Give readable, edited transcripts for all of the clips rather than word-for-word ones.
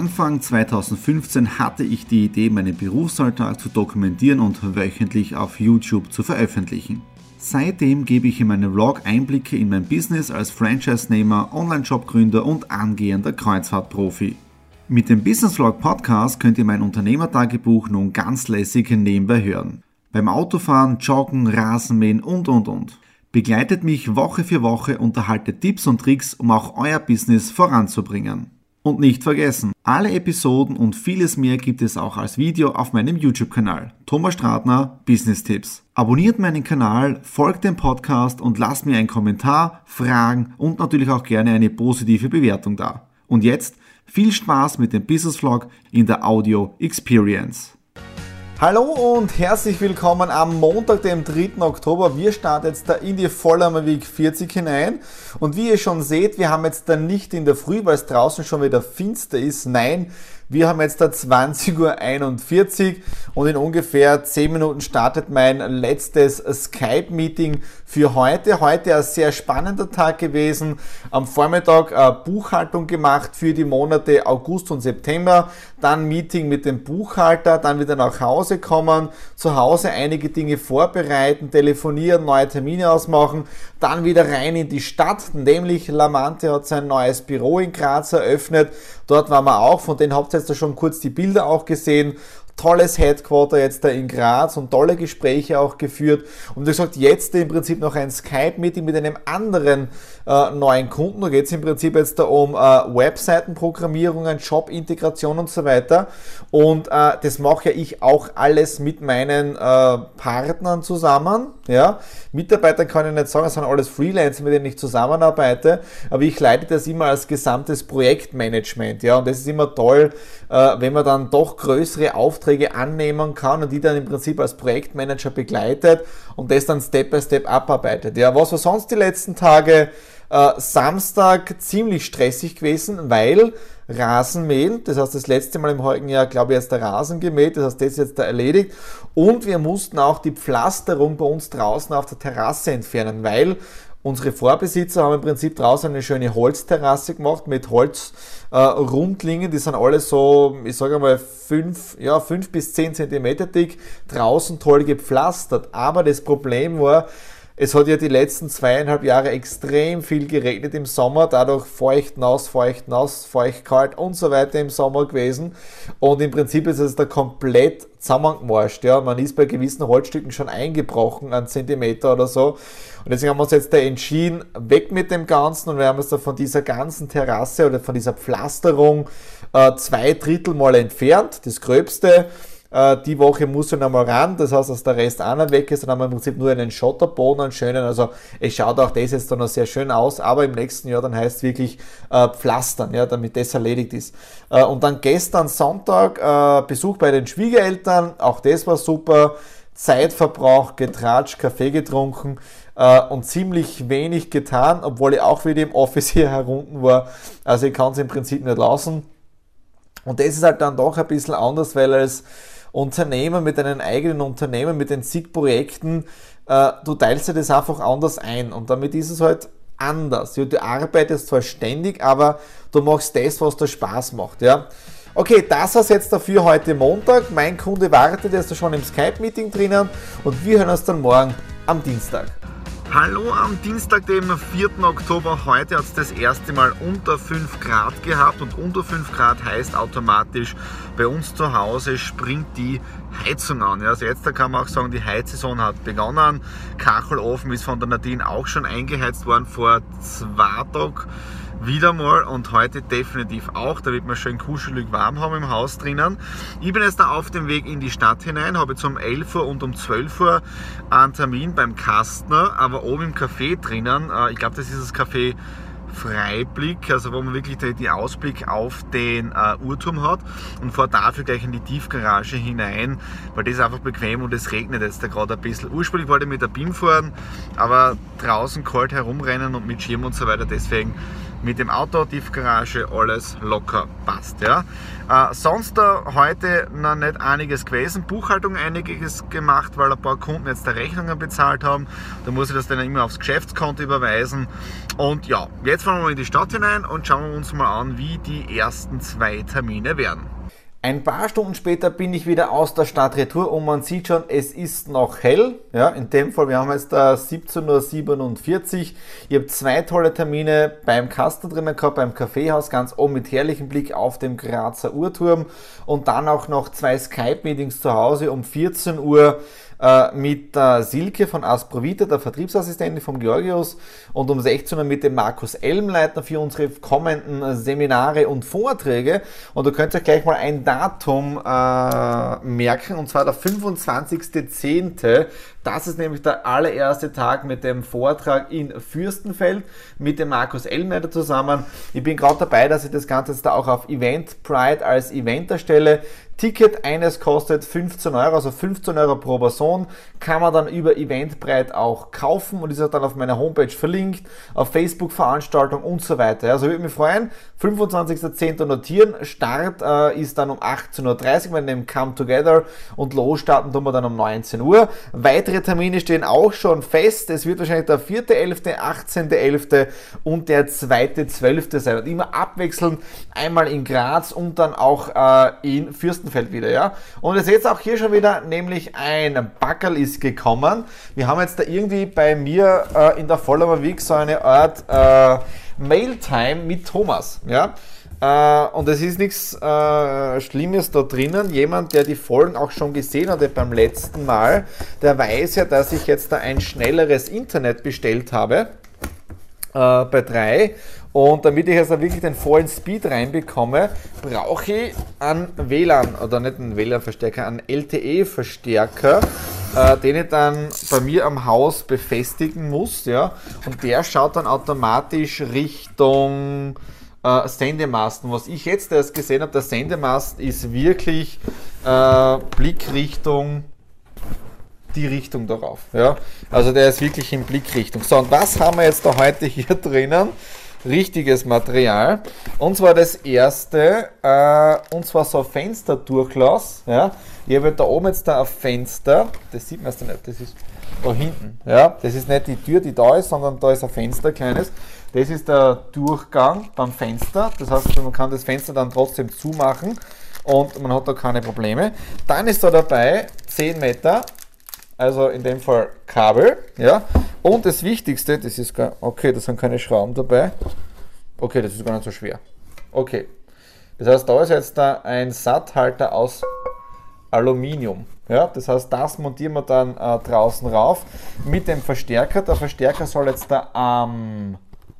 Anfang 2015 hatte ich die Idee, meinen Berufsalltag zu dokumentieren und wöchentlich auf YouTube zu veröffentlichen. Seitdem gebe ich in meinem Vlog Einblicke in mein Business als Franchise-Nehmer, Online-Shop-Gründer und angehender Kreuzfahrtprofi. Mit dem Business Vlog Podcast könnt ihr mein Unternehmertagebuch nun ganz lässig nebenbei hören. Beim Autofahren, Joggen, Rasenmähen und. Begleitet mich Woche für Woche und erhaltet Tipps und Tricks, um auch euer Business voranzubringen. Und nicht vergessen, alle Episoden und vieles mehr gibt es auch als Video auf meinem YouTube-Kanal. Thomas Stratner, Business Tipps. Abonniert meinen Kanal, folgt dem Podcast und lasst mir einen Kommentar, Fragen und natürlich auch gerne eine positive Bewertung da. Und jetzt viel Spaß mit dem Business Vlog in der Audio Experience. Hallo und herzlich willkommen am Montag, dem 3. Oktober. Wir starten jetzt da in die Vollmer Week 40 hinein. Und wie ihr schon seht, wir haben jetzt da nicht in der Früh, weil es draußen schon wieder finster ist. Nein, wir haben jetzt da 20:41 Uhr und in ungefähr 10 Minuten startet mein letztes Skype-Meeting für heute. Heute ein sehr spannender Tag gewesen. Am Vormittag Buchhaltung gemacht für die Monate August und September. Dann Meeting mit dem Buchhalter, dann wieder nach Hause kommen, zu Hause einige Dinge vorbereiten, telefonieren, neue Termine ausmachen, dann wieder rein in die Stadt, nämlich Lamante hat sein neues Büro in Graz eröffnet. Dort waren wir auch, von denen habt ihr jetzt schon kurz die Bilder auch gesehen. Tolles Headquarter jetzt da in Graz und tolle Gespräche auch geführt. Und wie gesagt, jetzt im Prinzip noch ein Skype-Meeting mit einem anderen neuen Kunden. Da geht es im Prinzip jetzt da um Webseitenprogrammierungen, Shop-Integration und so weiter. Und das mache ja ich auch alles mit meinen Partnern zusammen. Ja? Mitarbeiter kann ich nicht sagen, das sind alles Freelancer, mit denen ich zusammenarbeite. Aber ich leite das immer als gesamtes Projektmanagement. Ja? Und das ist immer toll, wenn man dann doch größere Aufträge annehmen kann und die dann im Prinzip als Projektmanager begleitet und das dann Step by Step abarbeitet. Ja, was war sonst die letzten Tage? Samstag ziemlich stressig gewesen, weil Rasenmähen, das heißt das letzte Mal im heutigen Jahr, glaube ich, ist der Rasen gemäht, das heißt das ist jetzt da erledigt und wir mussten auch die Pflasterung bei uns draußen auf der Terrasse entfernen, weil unsere Vorbesitzer haben im Prinzip draußen eine schöne Holzterrasse gemacht mit Holzrundlingen, die sind alle so, ich sage mal 5 bis 10 cm dick, draußen toll gepflastert, aber das Problem war, es hat ja die letzten 2,5 Jahre extrem viel geregnet im Sommer, dadurch feucht, nass, feucht, kalt und so weiter im Sommer gewesen und im Prinzip ist es da komplett zusammengemorscht. Ja. Man ist bei gewissen Holzstücken schon eingebrochen, einen Zentimeter oder so und deswegen haben wir uns jetzt da entschieden, weg mit dem Ganzen und wir haben uns da von dieser ganzen Terrasse oder von dieser Pflasterung 2/3 mal entfernt, das Gröbste. Die Woche muss er nochmal ran, das heißt, dass der Rest auch noch weg ist, dann haben wir im Prinzip nur einen Schotterboden, einen schönen, also es schaut auch das jetzt dann noch sehr schön aus, aber im nächsten Jahr dann heißt es wirklich pflastern, ja, damit das erledigt ist. Und dann gestern Sonntag Besuch bei den Schwiegereltern, auch das war super, Zeitverbrauch, getratscht, Kaffee getrunken und ziemlich wenig getan, obwohl ich auch wieder im Office hier herunten war, also ich kann es im Prinzip nicht lassen. Und das ist halt dann doch ein bisschen anders, weil als Unternehmer mit einem eigenen Unternehmen, mit den zig Projekten, du teilst dir das einfach anders ein und damit ist es halt anders. Ja, du arbeitest zwar ständig, aber du machst das, was dir Spaß macht. Ja. Okay, das war's jetzt dafür heute Montag. Mein Kunde wartet jetzt schon im Skype-Meeting drinnen und wir hören uns dann morgen am Dienstag. Hallo am Dienstag, dem 4. Oktober. Heute hat es das erste Mal unter 5 Grad gehabt und unter 5 Grad heißt automatisch, bei uns zu Hause springt die Heizung an. Also jetzt da kann man auch sagen, die Heizsaison hat begonnen. Kachelofen ist von der Nadine auch schon eingeheizt worden vor 2 Tagen. Wieder mal und heute definitiv auch, da wird man schön kuschelig warm haben im Haus drinnen. Ich bin jetzt da auf dem Weg in die Stadt hinein, habe jetzt um 11 Uhr und um 12 Uhr einen Termin beim Kastner, aber oben im Café drinnen, ich glaube das ist das Café Freiblick, also wo man wirklich den Ausblick auf den Uhrturm hat und fahre dafür gleich in die Tiefgarage hinein, weil das ist einfach bequem und es regnet jetzt da gerade ein bisschen. Ursprünglich wollte ich mit der BIM fahren, aber draußen kalt herumrennen und mit Schirm und so weiter, deswegen mit dem Auto, Tiefgarage, alles locker passt. Ja. Sonst heute noch nicht einiges gewesen, Buchhaltung einiges gemacht, weil ein paar Kunden jetzt die Rechnungen bezahlt haben. Da muss ich das dann immer aufs Geschäftskonto überweisen. Und ja, jetzt fahren wir mal in die Stadt hinein und schauen wir uns mal an, wie die ersten 2 Termine werden. Ein paar Stunden später bin ich wieder aus der Stadt retour und man sieht schon, es ist noch hell. Ja, in dem Fall, wir haben jetzt 17:47 Uhr. Ich habe 2 tolle Termine beim Kasten drinnen gehabt, beim Kaffeehaus, ganz oben mit herrlichem Blick auf dem Grazer Uhrturm und dann auch noch 2 Skype-Meetings zu Hause um 14 Uhr mit Silke von Asprovita, der Vertriebsassistentin vom Georgios, und um 16 Uhr mit dem Markus Elmleitner für unsere kommenden Seminare und Vorträge. Und du könnt euch gleich mal ein Datum merken, und zwar der 25.10. Das ist nämlich der allererste Tag mit dem Vortrag in Fürstenfeld mit dem Markus Elmleitner zusammen. Ich bin gerade dabei, dass ich das Ganze jetzt da auch auf Eventbrite als Event erstelle. Ticket eines kostet 15 Euro, also 15 Euro pro Person, kann man dann über Eventbrite auch kaufen und ist auch dann auf meiner Homepage verlinkt, auf Facebook-Veranstaltungen und so weiter. Also würde mich freuen, 25.10. notieren, Start ist dann um 18:30 Uhr, wir nehmen Come Together und losstarten tun wir dann um 19 Uhr. Weitere Termine stehen auch schon fest, es wird wahrscheinlich der 4.11., 18.11. und der 2.12. sein und immer abwechselnd, einmal in Graz und dann auch in Fürstenfeld wieder, ja. Und ihr seht auch hier schon wieder, nämlich ein Backerl ist gekommen. Wir haben jetzt da irgendwie bei mir in der Vollmer Week so eine Art Mail-Time mit Thomas, ja. Und es ist nichts Schlimmes da drinnen. Jemand, der die Folgen auch schon gesehen hatte beim letzten Mal, der weiß ja, dass ich jetzt da ein schnelleres Internet bestellt habe bei 3. Und damit ich jetzt wirklich den vollen Speed reinbekomme, brauche ich einen WLAN, oder nicht einen WLAN-Verstärker, einen LTE-Verstärker, den ich dann bei mir am Haus befestigen muss. Ja? Und der schaut dann automatisch Richtung Sendemasten. Was ich jetzt erst gesehen habe, der Sendemast ist wirklich Blickrichtung, die Richtung darauf. Ja? Also der ist wirklich in Blickrichtung. So, und was haben wir jetzt da heute hier drinnen? Richtiges Material, und zwar das erste, und zwar so Fensterdurchlass. Ja. Ich habe da oben jetzt da ein Fenster, das sieht man jetzt nicht, das ist da hinten. Ja. Das ist nicht die Tür, die da ist, sondern da ist ein Fenster, kleines. Das ist der Durchgang beim Fenster, das heißt, man kann das Fenster dann trotzdem zumachen und man hat da keine Probleme. Dann ist da dabei 10 Meter, also in dem Fall Kabel, ja. Und das Wichtigste, das ist okay, da sind keine Schrauben dabei. Okay, das ist gar nicht so schwer. Okay. Das heißt, da ist jetzt da ein Satthalter aus Aluminium. Ja, das heißt, das montieren wir dann draußen rauf mit dem Verstärker. Der Verstärker soll jetzt da am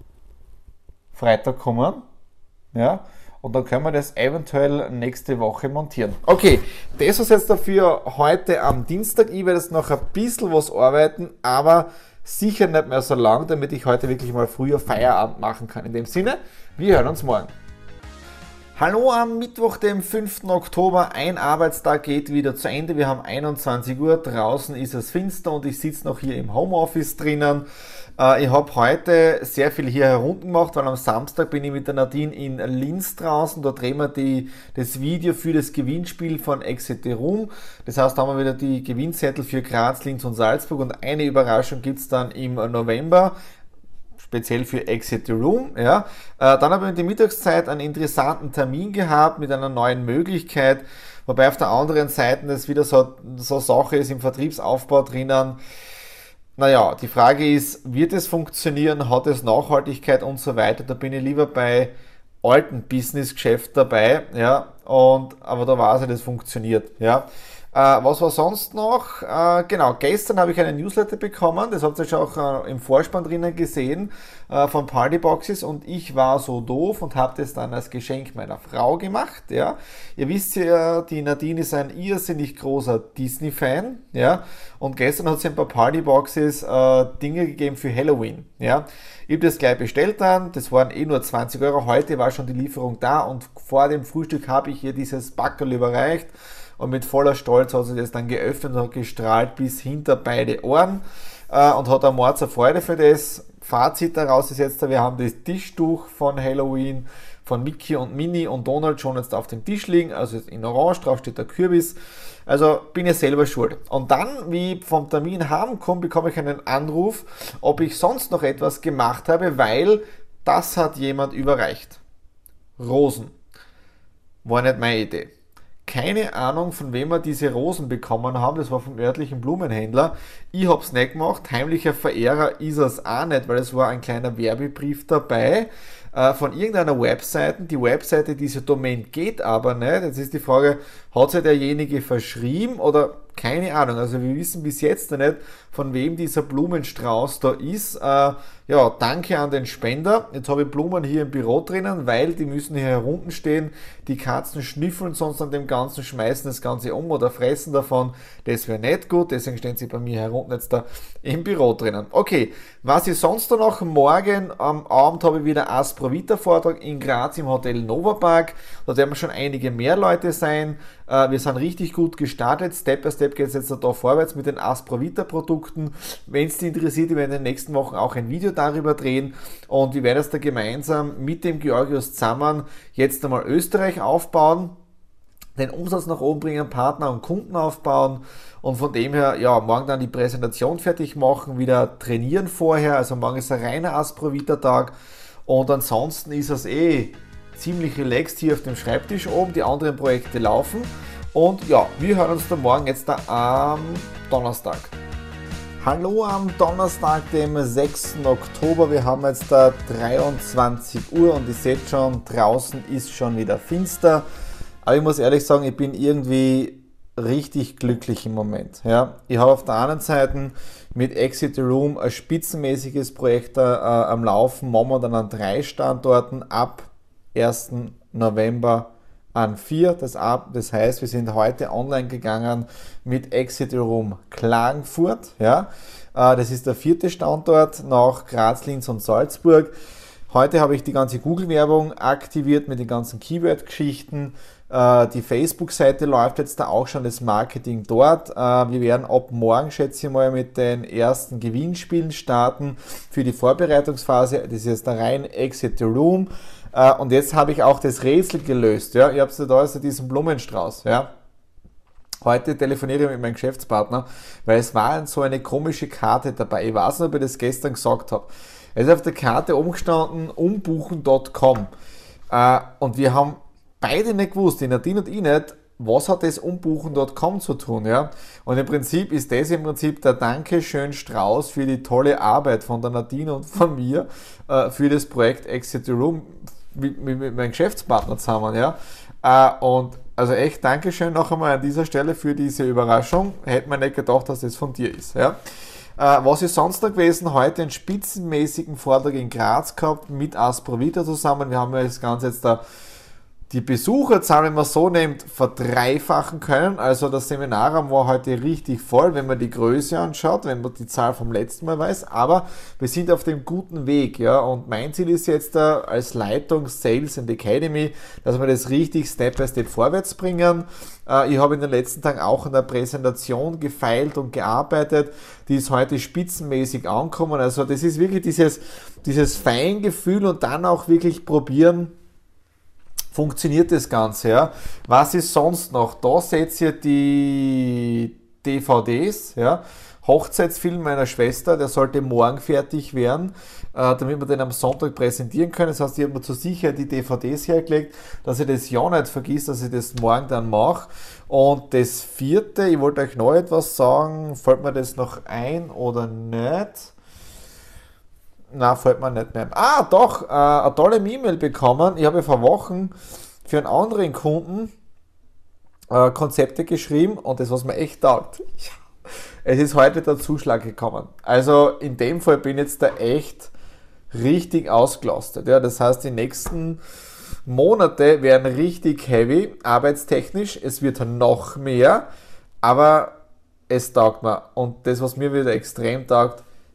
Freitag kommen. Ja. Und dann können wir das eventuell nächste Woche montieren. Okay, das ist jetzt dafür heute am Dienstag. Ich werde jetzt noch ein bisschen was arbeiten, aber sicher nicht mehr so lang, damit ich heute wirklich mal früher Feierabend machen kann. In dem Sinne, wir hören uns morgen. Hallo am Mittwoch, dem 5. Oktober. Ein Arbeitstag geht wieder zu Ende. Wir haben 21 Uhr, draußen ist es finster und ich sitze noch hier im Homeoffice drinnen. Ich habe heute sehr viel hier herunten gemacht, weil am Samstag bin ich mit der Nadine in Linz draußen. Da drehen wir das Video für das Gewinnspiel von Exit the Room. Das heißt, da haben wir wieder die Gewinnzettel für Graz, Linz und Salzburg und eine Überraschung gibt es dann im November. Speziell für Exit the Room. Ja. Dann habe ich in der Mittagszeit einen interessanten Termin gehabt mit einer neuen Möglichkeit, wobei auf der anderen Seite das wieder so Sache ist im Vertriebsaufbau drinnen. Naja, die Frage ist, wird es funktionieren, hat es Nachhaltigkeit und so weiter, da bin ich lieber bei alten Business-Geschäft dabei, ja, aber da weiß ich, das funktioniert, ja. Was war sonst noch? Genau, gestern habe ich einen Newsletter bekommen, das habt ihr schon auch im Vorspann drinnen gesehen, von Partyboxes, und ich war so doof und habe das dann als Geschenk meiner Frau gemacht. Ja. Ihr wisst ja, die Nadine ist ein irrsinnig großer Disney-Fan, ja, und gestern hat sie ein paar Partyboxes Dinge gegeben für Halloween. Ja. Ich habe das gleich bestellt dann, das waren nur 20 Euro, heute war schon die Lieferung da und vor dem Frühstück habe ich ihr dieses Backerl überreicht. Und mit voller Stolz hat sie das dann geöffnet und hat gestrahlt bis hinter beide Ohren und hat eine Mordser Freude für das. Fazit daraus ist jetzt, wir haben das Tischtuch von Halloween von Mickey und Minnie und Donald schon jetzt auf dem Tisch liegen, also in Orange, drauf steht der Kürbis. Also bin ich selber schuld. Und dann, wie ich vom Termin heimkomme, bekomme ich einen Anruf, ob ich sonst noch etwas gemacht habe, weil das hat jemand überreicht. Rosen. War nicht meine Idee. Keine Ahnung, von wem wir diese Rosen bekommen haben. Das war vom örtlichen Blumenhändler. Ich habe es nicht gemacht. Heimlicher Verehrer ist es auch nicht, weil es war ein kleiner Werbebrief dabei von irgendeiner Webseite. Die Webseite dieser Domain geht aber nicht. Jetzt ist die Frage, hat sich derjenige verschrieben oder keine Ahnung. Also wir wissen bis jetzt noch nicht, von wem dieser Blumenstrauß da ist. Ja, danke an den Spender. Jetzt habe ich Blumen hier im Büro drinnen, weil die müssen hier herunten stehen. Die Katzen schnüffeln sonst an dem Ganzen, schmeißen das Ganze um oder fressen davon. Das wäre nicht gut, deswegen stehen sie bei mir herunten jetzt da im Büro drinnen. Okay, was ist sonst da noch? Morgen am Abend habe ich wieder Asprovita-Vortrag in Graz im Hotel Novapark. Da werden schon einige mehr Leute sein. Wir sind richtig gut gestartet. Step by Step geht es jetzt da vorwärts mit den Asprovita-Produkten. Wenn es dich interessiert, wir werden in den nächsten Wochen auch ein Video darüber drehen und wir werden es da gemeinsam mit dem Georgios zusammen jetzt einmal Österreich aufbauen, den Umsatz nach oben bringen, Partner und Kunden aufbauen und von dem her, ja, morgen dann die Präsentation fertig machen, wieder trainieren vorher, also morgen ist ein reiner Asprovita-Tag und ansonsten ist es ziemlich relaxed hier auf dem Schreibtisch oben, die anderen Projekte laufen und ja, wir hören uns da morgen jetzt da am Donnerstag. Hallo am Donnerstag, dem 6. Oktober, wir haben jetzt da 23 Uhr und ihr seht schon, draußen ist schon wieder finster, aber ich muss ehrlich sagen, ich bin irgendwie richtig glücklich im Moment. Ja. Ich habe auf der anderen Seite mit Exit the Room ein spitzenmäßiges Projekt am Laufen, momentan an 3 Standorten, ab 1. November an 4. Das heißt, wir sind heute online gegangen mit Exit the Room Klagenfurt. Ja. Das ist der 4. Standort nach Graz, Linz und Salzburg. Heute habe ich die ganze Google-Werbung aktiviert mit den ganzen Keyword-Geschichten. Die Facebook-Seite läuft jetzt da auch schon, das Marketing dort. Wir werden ab morgen, schätze ich mal, mit den ersten Gewinnspielen starten für die Vorbereitungsphase. Das ist jetzt da rein Exit the Room. Und jetzt habe ich auch das Rätsel gelöst. Ja? Ich habe da also diesen Blumenstrauß. Ja? Heute telefoniere ich mit meinem Geschäftspartner, weil es war so eine komische Karte dabei. Ich weiß nicht, ob ich das gestern gesagt habe. Es ist auf der Karte umgestanden, umbuchen.com. Und wir haben beide nicht gewusst, die Nadine und ich nicht, was hat das umbuchen.com zu tun, ja? Und im Prinzip ist das im Prinzip der Dankeschön Strauß für die tolle Arbeit von der Nadine und von mir für das Projekt Exit the Room mit meinem Geschäftspartner zusammen, ja? Und also echt Dankeschön noch einmal an dieser Stelle für diese Überraschung. Hätte man nicht gedacht, dass das von dir ist, ja? Was ist sonst noch gewesen? Heute einen spitzenmäßigen Vortrag in Graz gehabt mit Asprovita zusammen. Wir haben ja das Ganze jetzt da die Besucherzahl, wenn man so nimmt, verdreifachen können. Also das Seminarraum war heute richtig voll, wenn man die Größe anschaut, wenn man die Zahl vom letzten Mal weiß. Aber wir sind auf dem guten Weg, ja. Und mein Ziel ist jetzt da als Leitung Sales and Academy, dass wir das richtig Step by Step vorwärts bringen. Ich habe in den letzten Tagen auch an der Präsentation gefeilt und gearbeitet. Die ist heute spitzenmäßig angekommen. Also das ist wirklich dieses Feingefühl und dann auch wirklich probieren, funktioniert das Ganze, ja. Was ist sonst noch? Da seht ihr die DVDs, ja. Hochzeitsfilm meiner Schwester, der sollte morgen fertig werden, damit wir den am Sonntag präsentieren können. Das heißt, ich habe mir zur Sicherheit die DVDs hergelegt, dass ich das ja nicht vergiss, dass ich das morgen dann mache. Und das 4., ich wollte euch noch etwas sagen, fällt mir das noch ein oder nicht? Na, fällt mir nicht mehr. Doch, eine tolle E-Mail bekommen. Ich habe vor Wochen für einen anderen Kunden Konzepte geschrieben und das, was mir echt taugt. Es ist heute der Zuschlag gekommen. Also in dem Fall bin ich jetzt da echt richtig ausgelastet. Ja, das heißt, die nächsten Monate werden richtig heavy, arbeitstechnisch. Es wird noch mehr, aber es taugt mir. Und das, was mir wieder extrem taugt,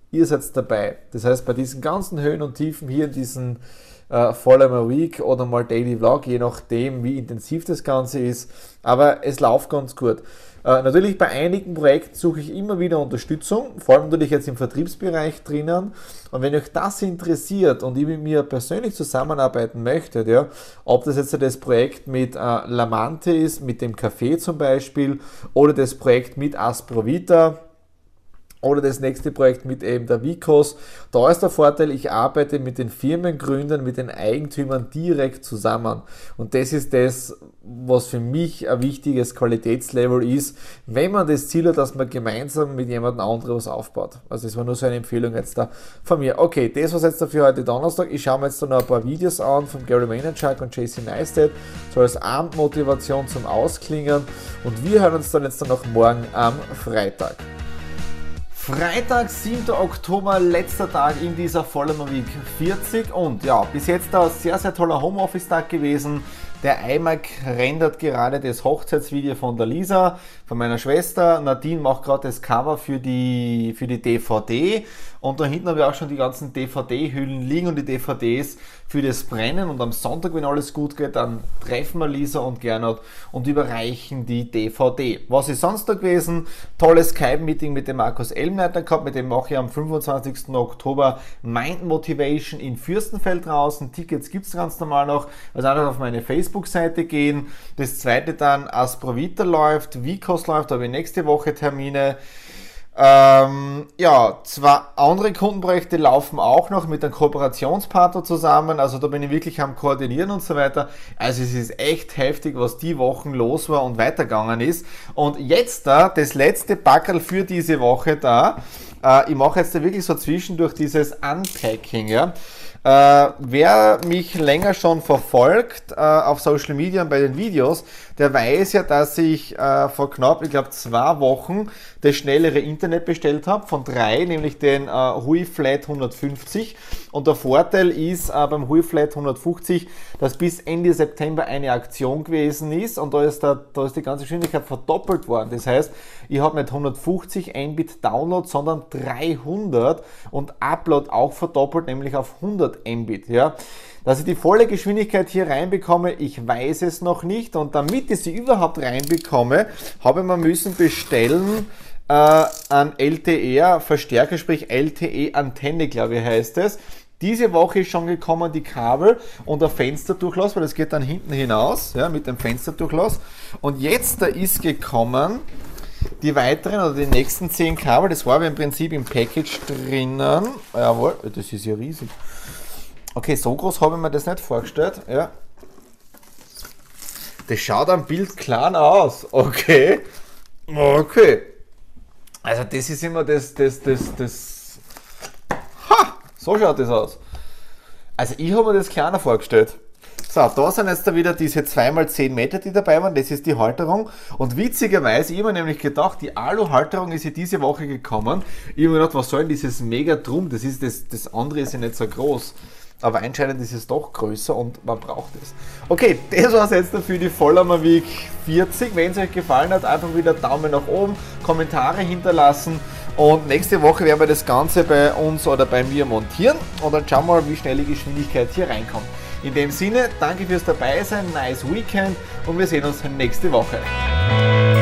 ihr seid dabei. Das heißt, bei diesen ganzen Höhen und Tiefen hier in diesen Follower Week oder mal Daily Vlog, je nachdem, wie intensiv das Ganze ist, aber es läuft ganz gut. Natürlich bei einigen Projekten suche ich immer wieder Unterstützung, vor allem natürlich jetzt im Vertriebsbereich drinnen. Und wenn euch das interessiert und ihr mit mir persönlich zusammenarbeiten möchtet, ja, ob das jetzt das Projekt mit Lamante ist, mit dem Café zum Beispiel, oder das Projekt mit Asprovita, oder das nächste Projekt mit eben der Vicos. Da ist der Vorteil, ich arbeite mit den Firmengründern, mit den Eigentümern direkt zusammen. Und das ist das, was für mich ein wichtiges Qualitätslevel ist, wenn man das Ziel hat, dass man gemeinsam mit jemand anderem was aufbaut. Also das war nur so eine Empfehlung jetzt da von mir. Okay, das war's jetzt dafür heute Donnerstag. Ich schaue mir jetzt noch ein paar Videos an von Gary Vaynerchuk und JC Neistat, so als Abendmotivation zum Ausklingen. Und wir hören uns dann jetzt noch morgen am Freitag. Freitag, 7. Oktober, letzter Tag in dieser Follower Week 40 und ja, bis jetzt ein sehr, sehr toller Homeoffice-Tag gewesen. Der iMac rendert gerade das Hochzeitsvideo von der Lisa, von meiner Schwester. Nadine macht gerade das Cover für die DVD. Und da hinten habe ich auch schon die ganzen DVD-Hüllen liegen und die DVDs für das Brennen. Und am Sonntag, wenn alles gut geht, dann treffen wir Lisa und Gernot und überreichen die DVD. Was ist sonst da gewesen? Tolles Skype-Meeting mit dem Markus Elmleiter gehabt. Mit dem mache ich am 25. Oktober Mind Motivation in Fürstenfeld draußen. Tickets gibt es ganz normal noch. Also einfach auf meine Facebook-Seite gehen. Das zweite dann Asprovita läuft, Vicos läuft, da habe ich nächste Woche Termine. Ja, zwei andere Kundenprojekte laufen auch noch mit einem Kooperationspartner zusammen, also da bin ich wirklich am Koordinieren und so weiter. Also es ist echt heftig, was die Wochen los war und weitergegangen ist. Und jetzt da, das letzte Packerl für diese Woche da, ich mache jetzt da wirklich so zwischendurch dieses Unpacking, ja. Wer mich länger schon verfolgt auf Social Media und bei den Videos, der weiß ja, dass ich vor knapp, ich glaube 2 Wochen das schnellere Internet bestellt habe, von 3, nämlich den Hui Flat 150. Und der Vorteil ist beim Hui Flat 150, dass bis Ende September eine Aktion gewesen ist und da ist die ganze Geschwindigkeit verdoppelt worden. Das heißt, ich habe nicht 150 Mbit Download, sondern 300 und Upload auch verdoppelt, nämlich auf 100 Mbit. Ja. Dass ich die volle Geschwindigkeit hier reinbekomme, ich weiß es noch nicht. Und damit ich sie überhaupt reinbekomme, habe ich mir müssen bestellen an LTE-Verstärker, sprich LTE-Antenne, glaube ich, heißt es. Diese Woche ist schon gekommen die Kabel und der Fensterdurchlass, weil das geht dann hinten hinaus, ja, mit dem Fensterdurchlass. Und jetzt da ist gekommen die weiteren oder die nächsten 10 Kabel, das war aber im Prinzip im Package drinnen. Jawohl, das ist ja riesig. Okay, so groß habe ich mir das nicht vorgestellt. Ja. Das schaut am Bild klein aus. Okay. Okay. Also das ist immer das. Ha! So schaut das aus. Also ich habe mir das kleiner vorgestellt. So, da sind jetzt da wieder diese 2x10 Meter, die dabei waren. Das ist die Halterung. Und witzigerweise, ich habe mir nämlich gedacht, die Alu-Halterung ist ja diese Woche gekommen. Ich habe mir gedacht, was soll denn dieses Mega-Drum? Das andere ist ja nicht so groß. Aber anscheinend ist es doch größer und man braucht es. Okay, das war es jetzt für die Follower Week 40. Wenn es euch gefallen hat, einfach wieder Daumen nach oben, Kommentare hinterlassen. Und nächste Woche werden wir das Ganze bei uns oder bei mir montieren. Und dann schauen wir mal, wie schnell die Geschwindigkeit hier reinkommt. In dem Sinne, danke fürs Dabeisein, nice Weekend und wir sehen uns nächste Woche.